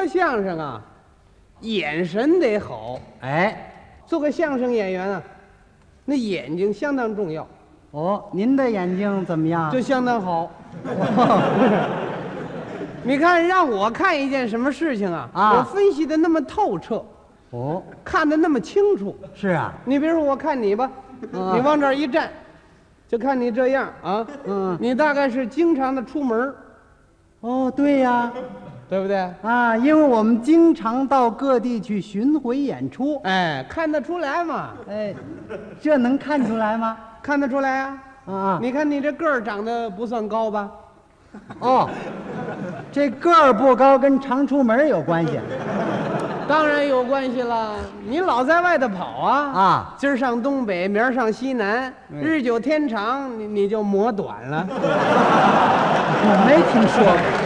说相声啊，眼神得好。 哎， 做个相声演员啊，那眼睛相当重要， 哦，您的眼睛怎么样？ 就相当好。你看，让我看一件什么事情啊，我分析的那么透彻， 哦， 看得那么清楚。 是啊， 你比如说，我看你吧，你往这儿一站，就看你这样啊，你大概是经常的出门。 哦，对呀， 对不对啊？因为我们经常到各地去巡回演出， 哎，看得出来嘛？ 哎，这能看出来吗？ 看得出来啊！ 啊， 你看你这个儿长得不算高吧？ 哦，这个儿不高跟常出门有关系。 当然有关系了，你老在外头跑啊，今儿上东北，明儿上西南，日久天长，你就磨短了。 我没听说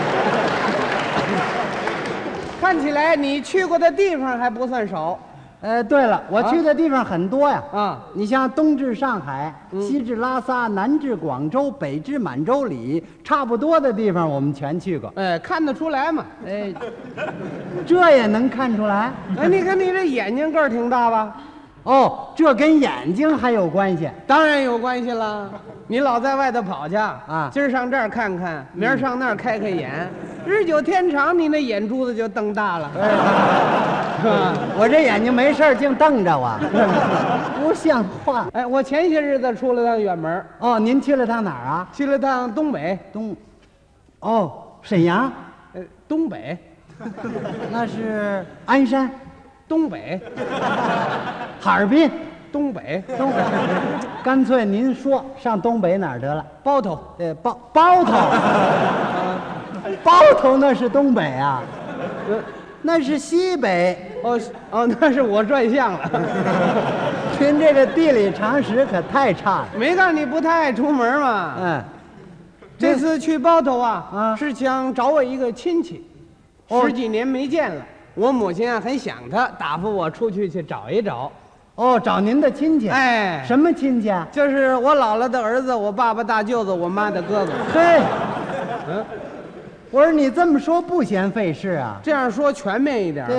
过。看起来你去过的地方还不算少。 对了，我去的地方很多呀。 啊， 你像东至上海，西至拉萨，南至广州，北至满洲里，差不多的地方我们全去过。 哎，看得出来嘛？ 哎，这也能看出来？ 哎，你看你这眼睛个儿挺大吧？ 哦，这跟眼睛还有关系？ 当然有关系了。你老在外头跑去啊， 今儿上这儿看看，明儿上那儿开开眼，日久天长，你那眼珠子就瞪大了。 我这眼睛没事净瞪着我，不像话。 哎，我前些日子出了趟远门。 哦，您去了趟哪儿啊？ 去了趟东北。 哦，沈阳。 东北。 那是鞍山。 东北。 哈尔滨。 东北。 干脆您说上东北哪儿得了？ 包头。 包头。包头那是东北啊。那是西北。 哦，那是我转向了。 您这个地理常识可太差了。 没告诉你不太爱出门嘛。这次去包头啊，是想找我一个亲戚，10几年没见了。我母亲啊很想他，打发我出去找一找。 哦，找您的亲戚。 哎， 什么亲戚啊？ 就是我姥姥的儿子，我爸爸大舅子，我妈的哥哥。 嘿，我说你这么说不嫌费事啊？ 这样说全面一点。 对，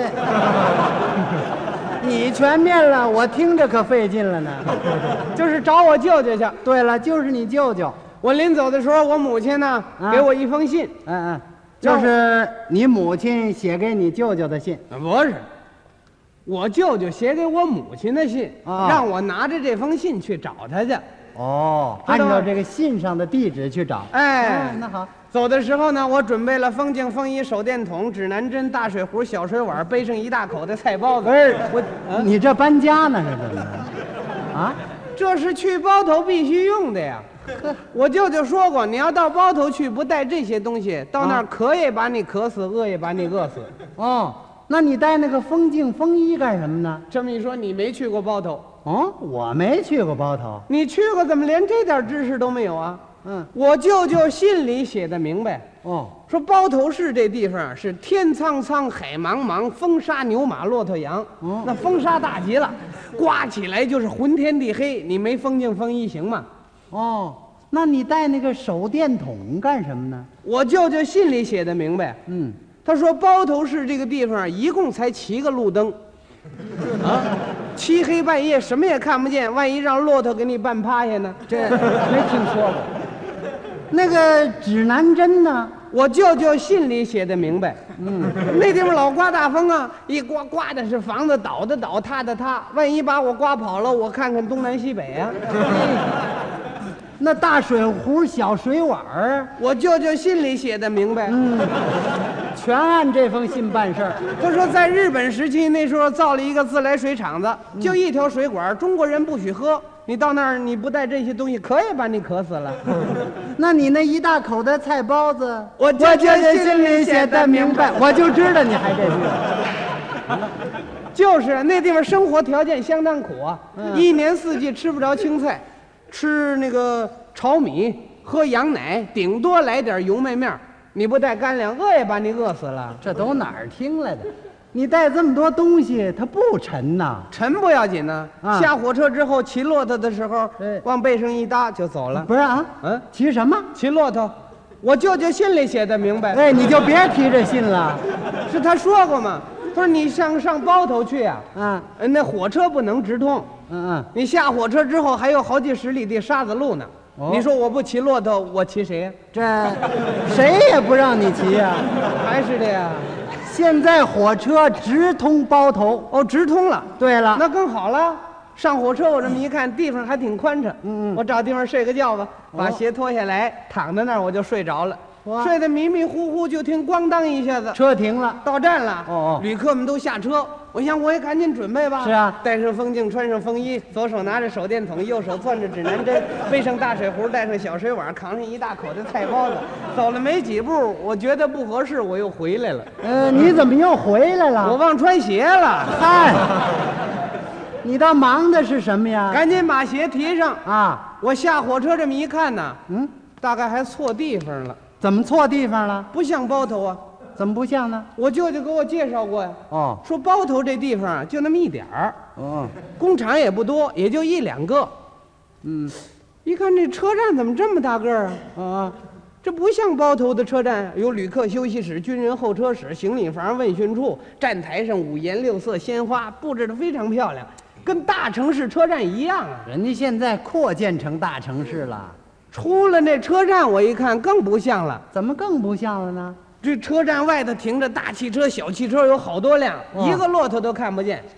你全面了，我听着可费劲了呢。 就是找我舅舅去。 对了，就是你舅舅。 我临走的时候，我母亲呢给我一封信。 就是你母亲写给你舅舅的信？ 不是，我舅舅写给我母亲的信，让我拿着这封信去找他去。 哦，按照这个信上的地址去找。 哎， 那好。 走的时候呢，我准备了风镜、风衣、手电筒、指南针、大水壶、小水碗，背上一大口的菜包子。 你这搬家呢是怎么着？啊， 这是去包头必须用的呀。我舅舅说过，你要到包头去不带这些东西，到那儿渴也把你渴死，饿也把你饿死。 哦，那你带那个风镜、风衣干什么呢？ 这么一说，你没去过包头。 哦，我没去过包头。 你去过，怎么连这点知识都没有啊？我舅舅信里写的明白。说包头市这地方是天苍苍，海茫茫，风沙牛马骆驼羊。那风沙大极了，刮起来就是昏天地黑。你没风镜风衣行吗？ 那你带那个手电筒干什么呢？ 我舅舅信里写的明白。他说包头市这个地方一共才7个路灯。漆黑半夜什么也看不见，万一让骆驼给你绊趴下呢？ 这没听说过。那个指南针呢？ 我舅舅信里写的明白。那地方老刮大风啊，一刮刮的是房子倒的倒，塌的塌，万一把我刮跑了，我看看东南西北啊。 那大水壶、小水碗儿， 我舅舅信里写的明白。 全按这封信办事儿。 他说，在日本时期，那时候造了一个自来水厂子，就一条水管，中国人不许喝。你到那儿，你不带这些东西，可以把你渴死了。 那你那一大口的菜包子， 我舅舅心里写的明白， 我就知道你还这句。 就是那地方生活条件相当苦啊，一年四季吃不着青菜，吃那个炒米，喝羊奶，顶多来点油麦面。你不带干粮，饿也把你饿死了。 这都哪儿听来的？你带这么多东西，它不沉呐？ 沉不要紧呢。下火车之后，骑骆驼的时候，往背上一搭就走了。 不是啊？骑什么？ 骑骆驼。 我舅舅信里写的明白。 哎，你就别提这信了。 是他说过吗？他说你上包头去啊，那火车不能直通。你下火车之后还有好几十里的沙子路呢。你说我不骑骆驼，我骑谁呀？ 这谁也不让你骑呀。 还是的呀。 现在火车直通包头。 哦，直通了。 对了， 那更好了。上火车我这么一看，地方还挺宽敞。我找地方睡个觉吧，把鞋脱下来，躺在那儿我就睡着了。睡得迷迷糊糊，就听咣当一下子， 车停了， 到站了。旅客们都下车，我想我也赶紧准备吧。 是啊， 戴上风镜，穿上风衣，左手拿着手电筒，右手攥着指南针，背上大水壶，带上小水碗，扛上一大口的菜包子。走了没几步，我觉得不合适，我又回来了。 你怎么又回来了？ 我忘穿鞋了。 嗨，你倒忙的是什么呀？ 赶紧把鞋提上啊！ 我下火车这么一看呢，大概还错地方了。 怎么错地方了？ 不像包头啊。 怎么不像呢？ 我舅舅给我介绍过呀。说包头这地方啊，就那么一点儿。工厂也不多，也就1、2个。一看这车站怎么这么大个儿啊？这不像包头的车站，有旅客休息室、军人候车室、行李房、问讯处，站台上5颜6色鲜花布置得非常漂亮，跟大城市车站一样啊。 人家现在扩建成大城市了。 出了那车站，我一看更不像了。 怎么更不像了呢？ 这车站外头停着大汽车、小汽车有好多辆，一个骆驼都看不见。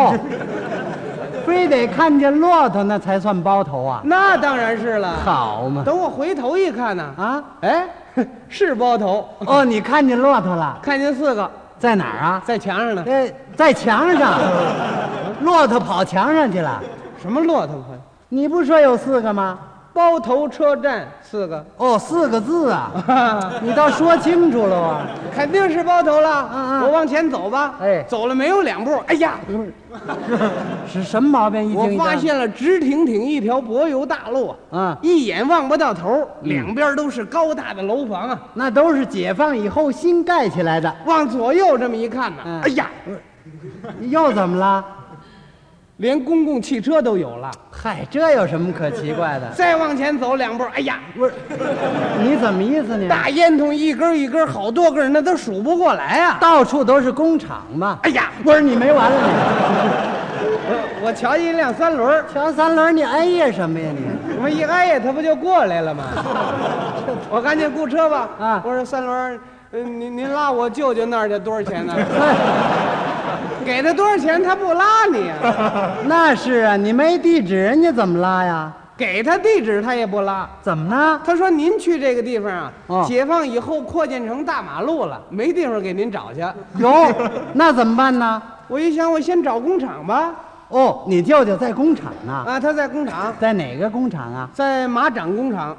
非得看见骆驼那才算包头啊？ 那当然是了。 好嘛！ 等我回头一看呢，是包头。 你看见骆驼了？ 看见4个， 在哪儿啊？ 在墙上呢。 在墙上，骆驼跑墙上去了。 什么骆驼跑？ 你不说有4个吗？ 包头车站4个。 4个字啊！你倒说清楚了啊！ 肯定是包头了。我往前走吧。走了没有2步，哎呀， 是什么毛病？ 我发现了直挺挺一条柏油大路啊！一眼望不到头，两边都是高大的楼房啊！ 那都是解放以后新盖起来的。 往左右这么一看呢，哎呀， 又怎么了？ 连公共汽车都有了。 嗨，这有什么可奇怪的？ 再往前走2步，哎呀， 不是，你怎么意思呢？ 大烟囱一根一根，好多根，那都数不过来啊！ 到处都是工厂嘛。 哎呀， 不是你没完了你！ 我瞧一辆3轮， 瞧3轮，你哎呀什么呀你？ 我一哎呀，他不就过来了吗？我赶紧雇车吧。我说3轮，您拉我舅舅那儿去多少钱呢？给他多少钱，他不拉你呀？ 那是啊，你没地址，人家怎么拉呀？ 给他地址，他也不拉。 怎么呢？ 他说您去这个地方啊，解放以后扩建成大马路了，没地方给您找去。 有，那怎么办呢？ 我一想，我先找工厂吧。 你舅舅在工厂呢？ 啊，他在工厂。 在哪个工厂啊？ 在马掌工厂。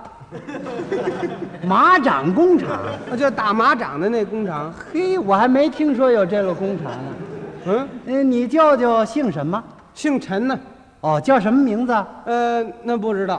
马掌工厂， 就打马掌的那工厂。 嘿，我还没听说有这个工厂呢。你舅舅姓什么？ 姓陈呢。 叫什么名字？ 那不知道。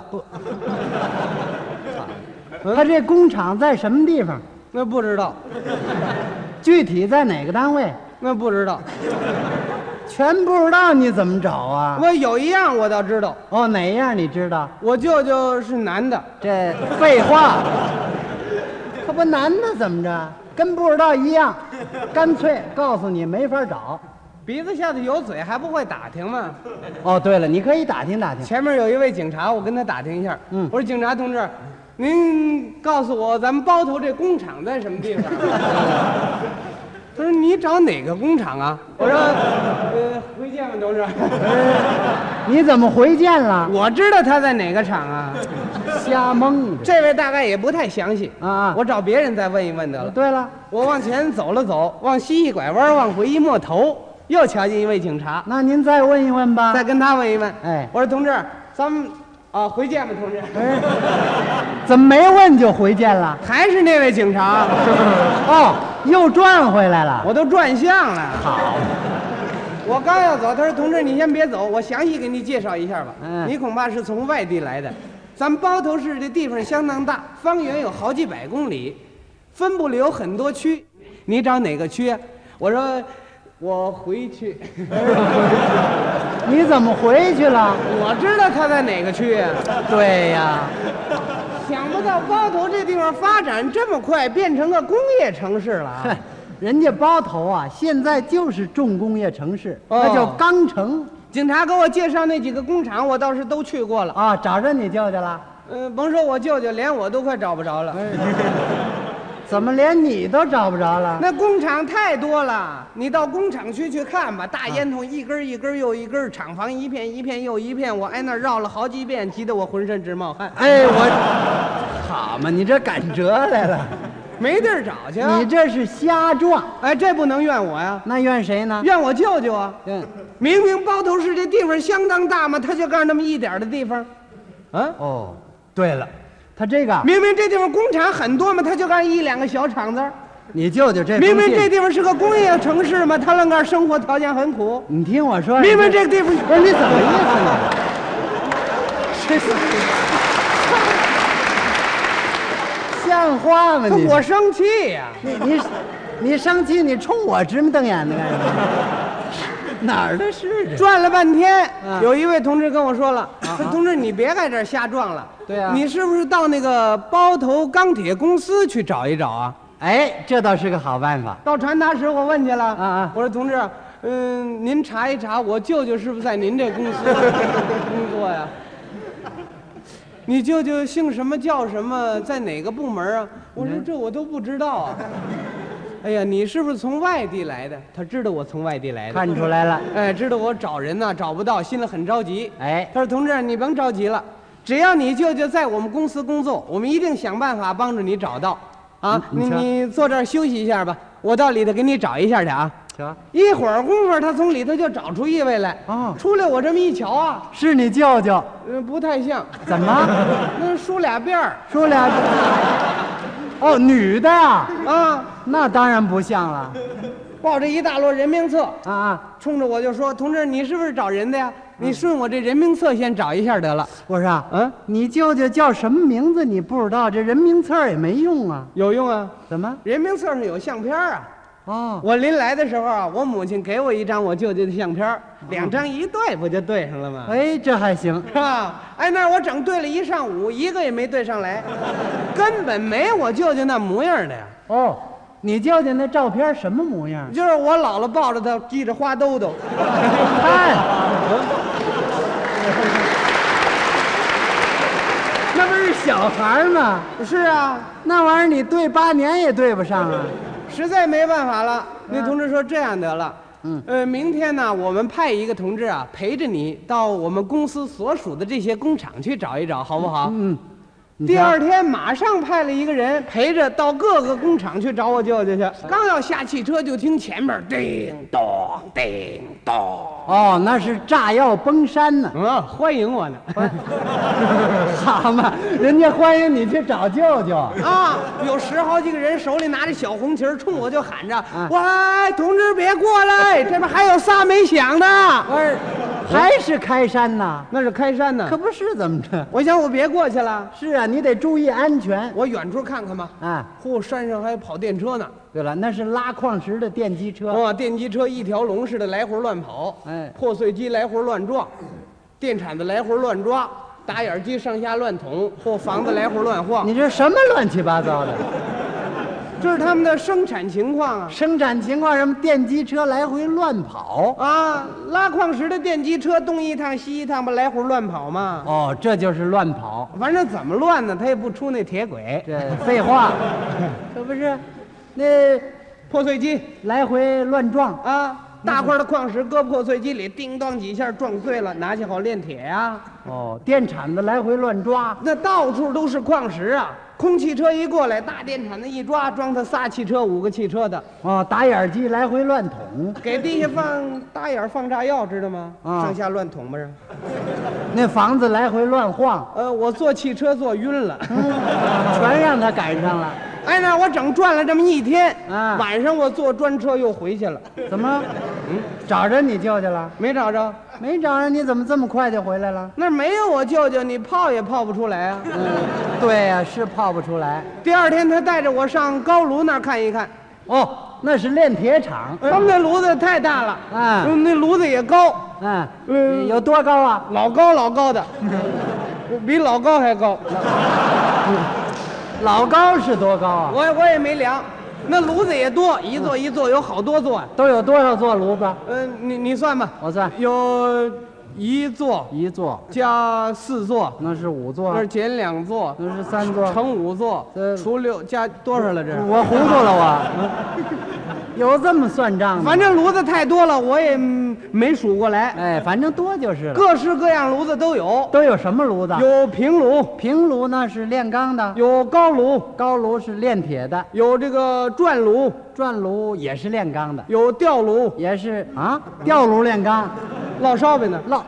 他这工厂在什么地方？ 那不知道。 具体在哪个单位？ 那不知道。 全不知道你怎么找啊？ 我有一样我倒知道。 哪一样你知道？ 我舅舅是男的。 这废话，可不男的怎么着？跟不知道一样，干脆告诉你没法找。 鼻子下头有嘴还不会打听吗？ 对了，你可以打听打听。 前面有一位警察，我跟他打听一下。我说警察同志，您告诉我咱们包头这工厂在什么地方？他说你找哪个工厂啊？我说回见吧，同志。 你怎么回见了？ 我知道他在哪个厂啊。 瞎蒙。 这位大概也不太详细啊， 我找别人再问一问得了。 对了， 我往前走了走，往西一拐弯，往回一摸头，又瞧见一位警察。 那您再问一问吧。 再跟他问一问。我说同志，咱们回见吧，同志。 怎么没问就回见了？ 还是那位警察。 又转回来了。 我都转向了。 好。 我刚要走，他说同志你先别走，我详细给你介绍一下吧。你恐怕是从外地来的。咱们包头市这地方相当大，方圆有好几百公里，分布里有很多区。你找哪个区啊？我说我回去。 你怎么回去了？ 我知道他在哪个区啊。 对呀。 想不到包头这地方发展这么快，变成个工业城市了啊！ 人家包头啊，现在就是重工业城市，那叫钢城。 警察给我介绍那几个工厂，我倒是都去过了啊。找着你舅舅了？ 甭说我舅舅，连我都快找不着了。 怎么连你都找不着了？ 那工厂太多了，你到工厂区去看吧，大烟囱一根一根又一根，厂房一片一片又一片，我挨那绕了好几遍，急得我浑身直冒汗。 哎，好嘛，你这赶折来了， 没地儿找去。 你这是瞎撞。 哎，这不能怨我呀， 那怨谁呢？ 怨我舅舅啊。明明包头市这地方相当大嘛，他就干那么一点的地方。啊？ 哦，对了。他这个明明这地方工厂很多嘛，他就干1、2个小厂子。 你舅舅这明明这地方是个工业城市嘛，他愣干生活条件很苦。 你听我说， 明明这个地方不是你怎么意思呢？像话吗你？ 我生气呀！ 你生气，你冲我直目瞪眼的干什么？哪儿的事？ 转了半天，有一位同志跟我说了：“说同志，你别在这儿瞎撞了。 对啊， 你是不是到那个包头钢铁公司去找一找啊？” 哎，这倒是个好办法。 到传达室我问去了，我说同志，您查一查我舅舅是不是在您这公司工作呀？你舅舅姓什么叫什么，在哪个部门啊？我说这我都不知道啊。哎呀，你是不是从外地来的？他知道我从外地来的， 看出来了。 哎，知道我找人呢，找不到，心里很着急。 哎， 他说：“同志，你甭着急了，只要你舅舅在我们公司工作，我们一定想办法帮助你找到。啊，你坐这儿休息一下吧，我到里头给你找一下去啊。” 行， 一会儿功夫，他从里头就找出一位来。出来我这么一瞧啊， 是你舅舅？ 不太像。 怎么？ 那梳俩辫儿， 梳俩。哦，女的呀？ 啊， 那当然不像了。 抱着一大摞人名册冲着我就说：“同志，你是不是找人的呀？你顺我这人名册先找一下得了。” 我说：“你舅舅叫什么名字？你不知道，这人名册也没用啊。” 有用啊！ 怎么？ 人名册上有相片啊。 我临来的时候啊，我母亲给我一张我舅舅的相片，2张一对，不就对上了吗？ 哎，这还行是吧？哎，那我整对了一上午，一个也没对上来，根本没我舅舅那模样的呀。 哦，你舅舅那照片什么模样？ 就是我姥姥抱着他，系着花兜兜。 看，那不是小孩吗？ 是啊， 那玩意儿你对8年也对不上啊。 实在没办法了，那同志说这样得了，明天呢，我们派一个同志啊，陪着你到我们公司所属的这些工厂去找一找，好不好？第二天马上派了一个人陪着到各个工厂去找我舅舅去。刚要下汽车，就听前面叮咚叮咚。 哦，那是炸药崩山呢。 欢迎我呢。 好嘛，人家欢迎你去找舅舅啊！有10好几个人手里拿着小红旗儿，冲我就喊着：“喂，同志别过来，这边还有仨没响的。” 还是开山呐？ 那是开山呢， 可不是怎么着？ 我想我别过去了。 是啊，你得注意安全。 我远处看看吧。山上还跑电车呢。 对了，那是拉矿石的电机车。 电机车一条龙似的来回乱跑，破碎机来回乱撞，电铲子来回乱抓，打眼机上下乱捅，或房子来回乱晃。 你这什么乱七八糟的？ 这是他们的生产情况啊！ 生产情况，什么电机车来回乱跑啊？拉矿石的电机车东一趟西一趟，不来回乱跑吗？ 哦，这就是乱跑。 反正怎么乱呢，它也不出那铁轨。 这废话，可不是？那破碎机来回乱撞啊！大块的矿石搁破碎机里，叮当几下撞碎了，拿去好炼铁呀。 哦，电铲子来回乱抓， 那到处都是矿石啊！空汽车一过来，大电铲子一抓，装它仨汽车、5个汽车的。 打眼机来回乱捅， 给地下放大眼放炸药，知道吗？上下乱捅吧。 那房子来回乱晃。 我坐汽车坐晕了， 全让他赶上了。 哎，那我整转了这么一天，晚上我坐专车又回去了。 怎么？找着你舅舅了？ 没找着， 没找着，你怎么这么快就回来了？ 那没有我舅舅，你泡也泡不出来啊。 对呀，是泡不出来。 第二天他带着我上高炉那儿看一看。 哦，那是炼铁厂。 他们那炉子太大了，那炉子也高。 有多高啊？ 老高的，比老高还高。 老高是多高啊？ 我也没量，那炉子也多，一座一座有好多座。 都有多少座炉子？ 你算吧， 我算有1座加4座， 那是5座， 那是减2座， 那是3座， 乘5座，除6加多少了？这我糊涂了我。有这么算账的？ 反正炉子太多了，我也没数过来。 哎，反正多就是了。 各式各样炉子都有。 都有什么炉子？ 有平炉， 平炉那是炼钢的； 有高炉， 高炉是炼铁的； 有这个转炉， 转炉也是炼钢的； 有吊炉， 也是啊，吊炉炼钢。 烙烧饼的烙。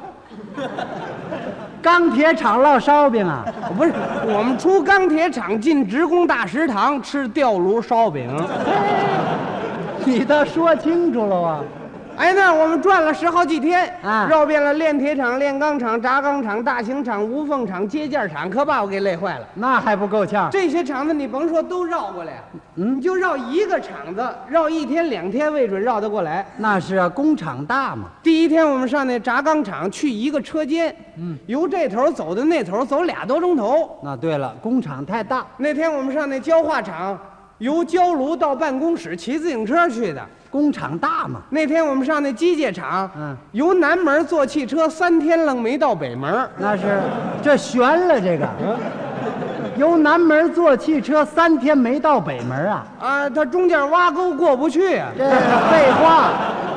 钢铁厂烙烧饼啊？ 不是，我们出钢铁厂进职工大食堂吃吊炉烧饼。 你倒说清楚了啊！ 哎，那我们转了10好几天啊， 绕遍了炼铁厂、炼钢厂、轧钢厂、大型厂、无缝厂、接件厂，可把我给累坏了。 那还不够呛？ 这些厂子你甭说都绕过来，你就绕一个厂子，绕1天2天未准绕得过来。 那是啊，工厂大嘛。 第一天我们上那轧钢厂去一个车间，由这头走到那头，走2多钟头。 那对了，工厂太大。 那天我们上那焦化厂，由焦炉到办公室骑自行车去的。 工厂大嘛。 那天我们上那机械厂，由南门坐汽车3天愣没到北门。 那是，这悬了这个。由南门坐汽车3天没到北门啊？ 啊，他中间挖沟过不去啊。 这废话。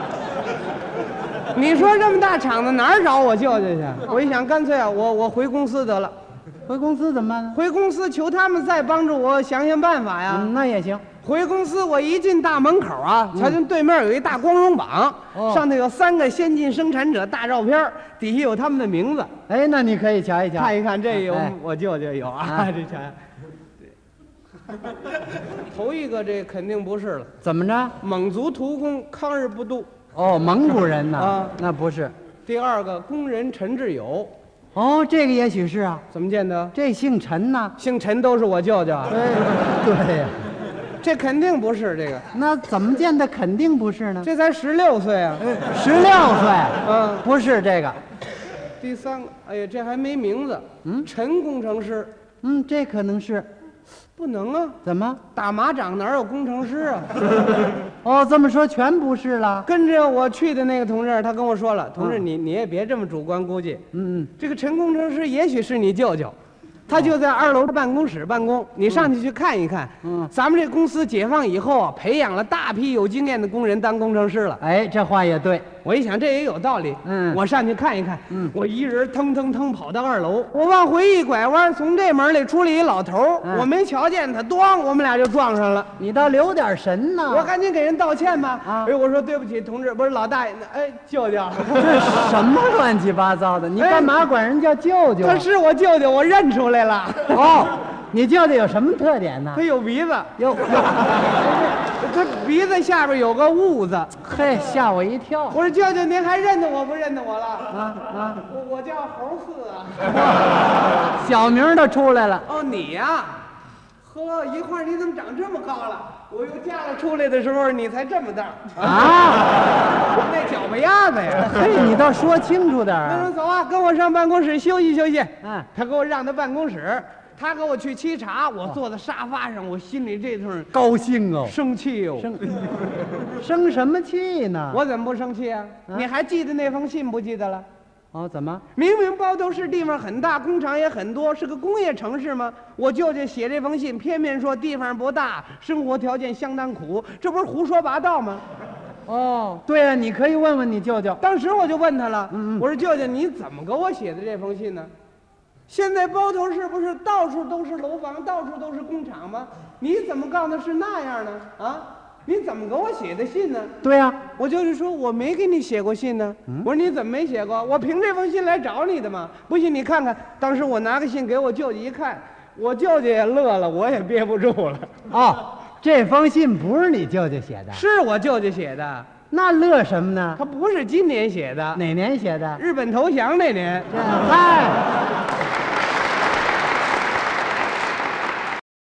你说这么大厂子哪儿找我舅舅去？我一想，干脆啊，我回公司得了。 回公司怎么办呢？ 回公司求他们再帮助我想想办法呀。 那也行。 回公司，我一进大门口啊，瞧见对面有一大光荣榜，上头有3个先进生产者大照片，底下有他们的名字。 哎，那你可以瞧一瞧， 看一看，这有我舅舅有啊，这瞧。头一个这肯定不是了。 怎么着？ 蒙族屠工抗日不度。 哦，蒙古人呢？那不是。 第2个工人陈志友。 哦，这个也许是啊。 怎么见得？ 这姓陈呢？ 姓陈都是我舅舅。 对呀。 这肯定不是这个。 那怎么见的肯定不是呢？ 这才16岁啊 ！16岁，不是这个。 第3个，哎呀，这还没名字。陈工程师。 这可能是。 不能啊！ 怎么？ 打马掌哪有工程师啊？ 哦，这么说全不是了。 跟着我去的那个同志，他跟我说了，同志你也别这么主观估计。这个陈工程师也许是你舅舅。他就在2楼的办公室办公，你上去看一看。咱们这公司解放以后啊，培养了大批有经验的工人当工程师了。 哎，这话也对。 我一想这也有道理。我上去看一看。我一人腾腾腾跑到2楼，我往回一拐弯，从这门里出来一老头，我没瞧见他，咣，我们俩就撞上了。 你倒留点神呢。 我赶紧给人道歉吧。哎，我说对不起，同志，不是老大爷，哎，舅舅。 这什么乱七八糟的？你干嘛管人叫舅舅？ 他是我舅舅，我认出来了。 哦，你舅舅有什么特点呢？ 他有鼻子， 有， 他鼻子下边有个痦子。 嘿，吓我一跳！ 我说舅舅，您还认得我不认得我了？我叫猴四啊。 小名都出来了。 哦，你呀，呵，一会儿你怎么长这么高了？我由家里出来的时候，你才这么大啊！那脚巴丫子呀！ 嘿，你倒说清楚点儿。 那说走啊，跟我上办公室休息休息。他给我让到办公室，他给我去沏茶，我坐在沙发上，我心里这通高兴哦， 生气哟， 生什么气呢？ 我怎么不生气啊？你还记得那封信不记得了？ 哦，怎么？ 明明包头市地方很大，工厂也很多，是个工业城市吗？我舅舅写这封信，偏偏说地方不大，生活条件相当苦，这不是胡说八道吗？ 哦，对啊，你可以问问你舅舅。 当时我就问他了，我说舅舅，你怎么给我写的这封信呢？现在包头市不是到处都是楼房，到处都是工厂吗？你怎么告诉是那样呢？啊？你怎么给我写的信呢？ 对呀， 我就是说我没给你写过信呢。我说你怎么没写过？我凭这封信来找你的嘛。不信你看看，当时我拿个信给我舅舅一看，我舅舅也乐了，我也憋不住了。 哦，这封信不是你舅舅写的？ 是我舅舅写的。 那乐什么呢？ 他不是今年写的。 哪年写的？ 日本投降那年。 嗨。